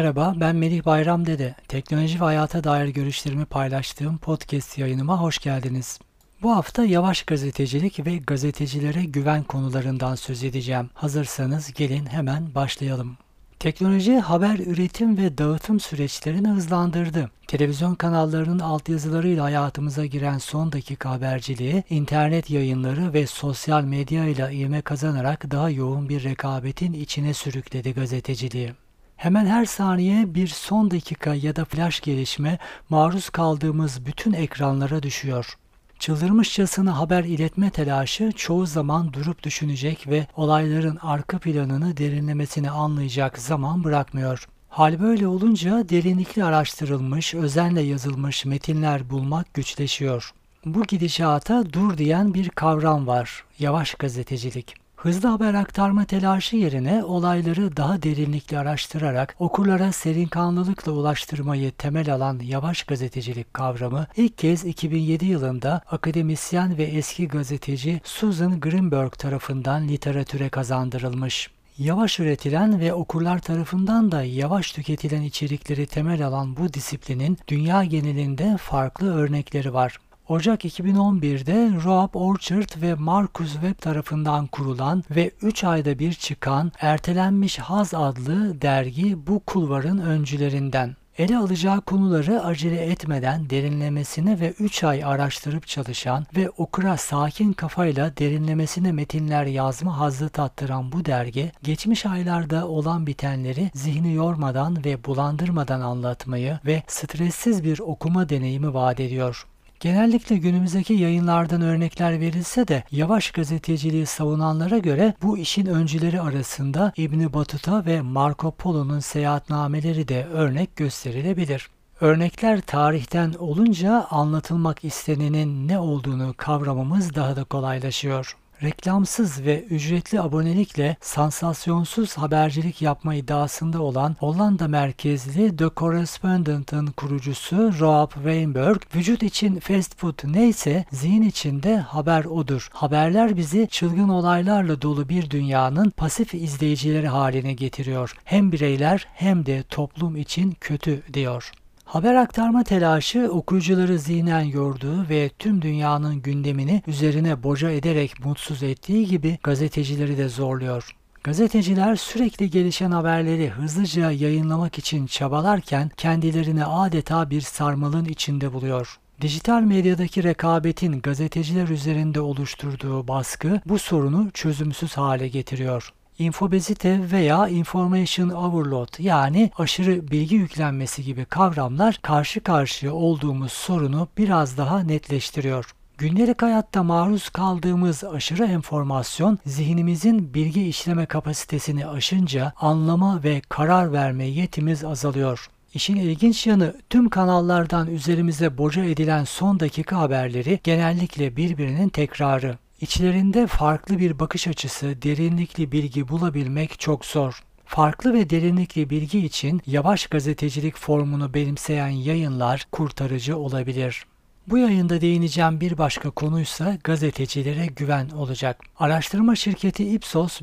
Merhaba, ben Melih Bayram Dede. Teknoloji ve hayata dair görüşlerimi paylaştığım podcast yayınıma hoş geldiniz. Bu hafta yavaş gazetecilik ve gazetecilere güven konularından söz edeceğim. Hazırsanız gelin hemen başlayalım. Teknoloji haber üretim ve dağıtım süreçlerini hızlandırdı. Televizyon kanallarının altyazılarıyla hayatımıza giren son dakika haberciliği, internet yayınları ve sosyal medya ile ivme kazanarak daha yoğun bir rekabetin içine sürükledi gazeteciliği. Hemen her saniye bir son dakika ya da flash gelişme maruz kaldığımız bütün ekranlara düşüyor. Çıldırmışçasına haber iletme telaşı çoğu zaman durup düşünecek ve olayların arka planını derinlemesine anlayacak zaman bırakmıyor. Hal böyle olunca derinlikli araştırılmış, özenle yazılmış metinler bulmak güçleşiyor. Bu gidişata dur diyen bir kavram var: yavaş gazetecilik. Hızlı haber aktarma telaşı yerine olayları daha derinlikli araştırarak okurlara serinkanlılıkla ulaştırmayı temel alan yavaş gazetecilik kavramı ilk kez 2007 yılında akademisyen ve eski gazeteci Susan Greenberg tarafından literatüre kazandırılmış. Yavaş üretilen ve okurlar tarafından da yavaş tüketilen içerikleri temel alan bu disiplinin dünya genelinde farklı örnekleri var. Ocak 2011'de Rob Orchard ve Marcus Webb tarafından kurulan ve 3 ayda bir çıkan Ertelenmiş Haz adlı dergi bu kulvarın öncülerinden. Ele alacağı konuları acele etmeden derinlemesine ve 3 ay araştırıp çalışan ve okura sakin kafayla derinlemesine metinler yazma hazzı tattıran bu dergi, geçmiş aylarda olan bitenleri zihni yormadan ve bulandırmadan anlatmayı ve stressiz bir okuma deneyimi vaat ediyor. Genellikle günümüzdeki yayınlardan örnekler verilse de yavaş gazeteciliği savunanlara göre bu işin öncüleri arasında İbn Battuta ve Marco Polo'nun seyahatnameleri de örnek gösterilebilir. Örnekler tarihten olunca anlatılmak istenenin ne olduğunu kavramamız daha da kolaylaşıyor. Reklamsız ve ücretli abonelikle sansasyonsuz habercilik yapma iddiasında olan Hollanda merkezli The Correspondent'ın kurucusu Rob Weinberg, vücut için fast food neyse zihin içinde haber odur. Haberler bizi çılgın olaylarla dolu bir dünyanın pasif izleyicileri haline getiriyor. Hem bireyler hem de toplum için kötü diyor. Haber aktarma telaşı okuyucuları zihnen yorduğu ve tüm dünyanın gündemini üzerine boca ederek mutsuz ettiği gibi gazetecileri de zorluyor. Gazeteciler sürekli gelişen haberleri hızlıca yayınlamak için çabalarken kendilerini adeta bir sarmalın içinde buluyor. Dijital medyadaki rekabetin gazeteciler üzerinde oluşturduğu baskı bu sorunu çözümsüz hale getiriyor. İnfobezite veya information overload yani aşırı bilgi yüklenmesi gibi kavramlar karşı karşıya olduğumuz sorunu biraz daha netleştiriyor. Gündelik hayatta maruz kaldığımız aşırı enformasyon zihnimizin bilgi işleme kapasitesini aşınca anlama ve karar verme yetimiz azalıyor. İşin ilginç yanı tüm kanallardan üzerimize boca edilen son dakika haberleri genellikle birbirinin tekrarı. İçlerinde farklı bir bakış açısı, derinlikli bilgi bulabilmek çok zor. Farklı ve derinlikli bilgi için yavaş gazetecilik formunu benimseyen yayınlar kurtarıcı olabilir. Bu yayında değineceğim bir başka konuysa gazetecilere güven olacak. Araştırma şirketi Ipsos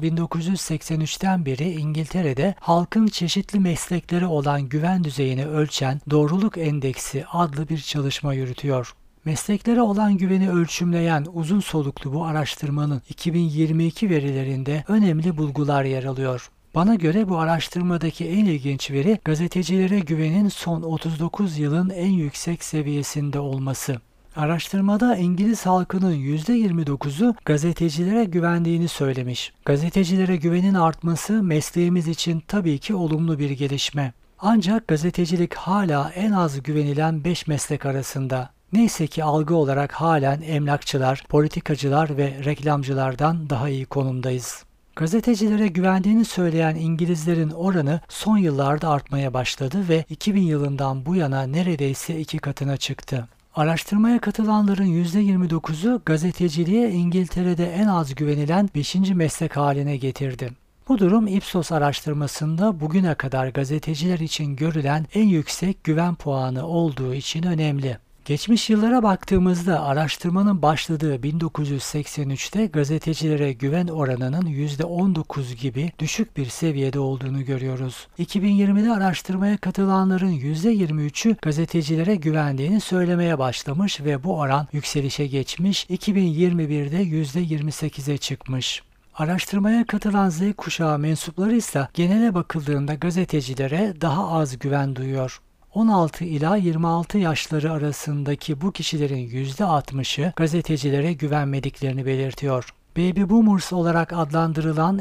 1983'ten beri İngiltere'de halkın çeşitli meslekleri olan güven düzeyini ölçen Doğruluk Endeksi adlı bir çalışma yürütüyor. Mesleklere olan güveni ölçümleyen uzun soluklu bu araştırmanın 2022 verilerinde önemli bulgular yer alıyor. Bana göre bu araştırmadaki en ilginç veri gazetecilere güvenin son 39 yılın en yüksek seviyesinde olması. Araştırmada İngiliz halkının %29'u gazetecilere güvendiğini söylemiş. Gazetecilere güvenin artması mesleğimiz için tabii ki olumlu bir gelişme. Ancak gazetecilik hala en az güvenilen 5 meslek arasında. Neyse ki algı olarak halen emlakçılar, politikacılar ve reklamcılardan daha iyi konumdayız. Gazetecilere güvendiğini söyleyen İngilizlerin oranı son yıllarda artmaya başladı ve 2000 yılından bu yana neredeyse 2 katına çıktı. Araştırmaya katılanların %29'u gazeteciliğe İngiltere'de en az güvenilen 5. meslek haline getirdi. Bu durum Ipsos araştırmasında bugüne kadar gazeteciler için görülen en yüksek güven puanı olduğu için önemli. Geçmiş yıllara baktığımızda araştırmanın başladığı 1983'te gazetecilere güven oranının %19 gibi düşük bir seviyede olduğunu görüyoruz. 2020'de araştırmaya katılanların %23'ü gazetecilere güvendiğini söylemeye başlamış ve bu oran yükselişe geçmiş, 2021'de %28'e çıkmış. Araştırmaya katılan Z kuşağı mensupları ise genele bakıldığında gazetecilere daha az güven duyuyor. 16 ila 26 yaşları arasındaki bu kişilerin %60'ı gazetecilere güvenmediklerini belirtiyor. Baby Boomers olarak adlandırılan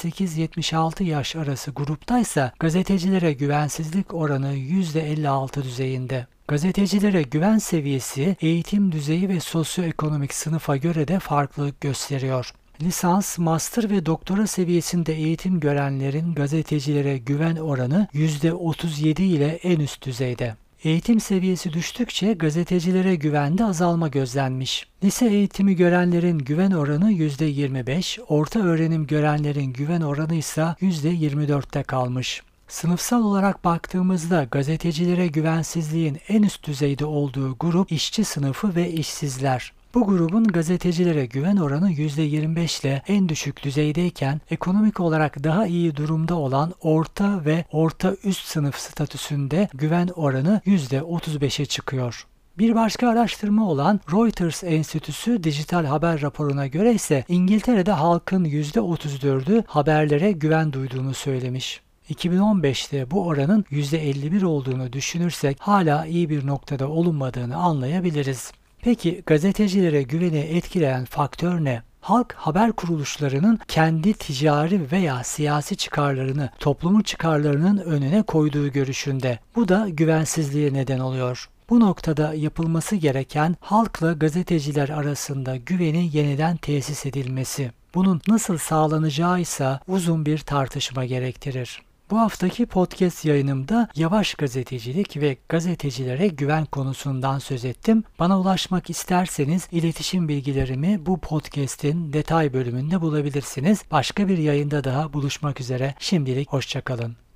58-76 yaş arası gruptaysa gazetecilere güvensizlik oranı %56 düzeyinde. Gazetecilere güven seviyesi, eğitim düzeyi ve sosyoekonomik sınıfa göre de farklılık gösteriyor. Lisans, master ve doktora seviyesinde eğitim görenlerin gazetecilere güven oranı %37 ile en üst düzeyde. Eğitim seviyesi düştükçe gazetecilere güvende azalma gözlenmiş. Lise eğitimi görenlerin güven oranı %25, orta öğrenim görenlerin güven oranı ise %24'te kalmış. Sınıfsal olarak baktığımızda gazetecilere güvensizliğin en üst düzeyde olduğu grup işçi sınıfı ve işsizler. Bu grubun gazetecilere güven oranı %25 ile en düşük düzeydeyken ekonomik olarak daha iyi durumda olan orta ve orta üst sınıf statüsünde güven oranı %35'e çıkıyor. Bir başka araştırma olan Reuters Enstitüsü dijital haber raporuna göre ise İngiltere'de halkın %34'ü haberlere güven duyduğunu söylemiş. 2015'te bu oranın %51 olduğunu düşünürsek hala iyi bir noktada olunmadığını anlayabiliriz. Peki gazetecilere güveni etkileyen faktör ne? Halk haber kuruluşlarının kendi ticari veya siyasi çıkarlarını toplumun çıkarlarının önüne koyduğu görüşünde. Bu da güvensizliğe neden oluyor. Bu noktada yapılması gereken halkla gazeteciler arasında güvenin yeniden tesis edilmesi. Bunun nasıl sağlanacağı ise uzun bir tartışma gerektirir. Bu haftaki podcast yayınımda yavaş gazetecilik ve gazetecilere güven konusundan söz ettim. Bana ulaşmak isterseniz iletişim bilgilerimi bu podcast'in detay bölümünde bulabilirsiniz. Başka bir yayında daha buluşmak üzere. Şimdilik hoşça kalın.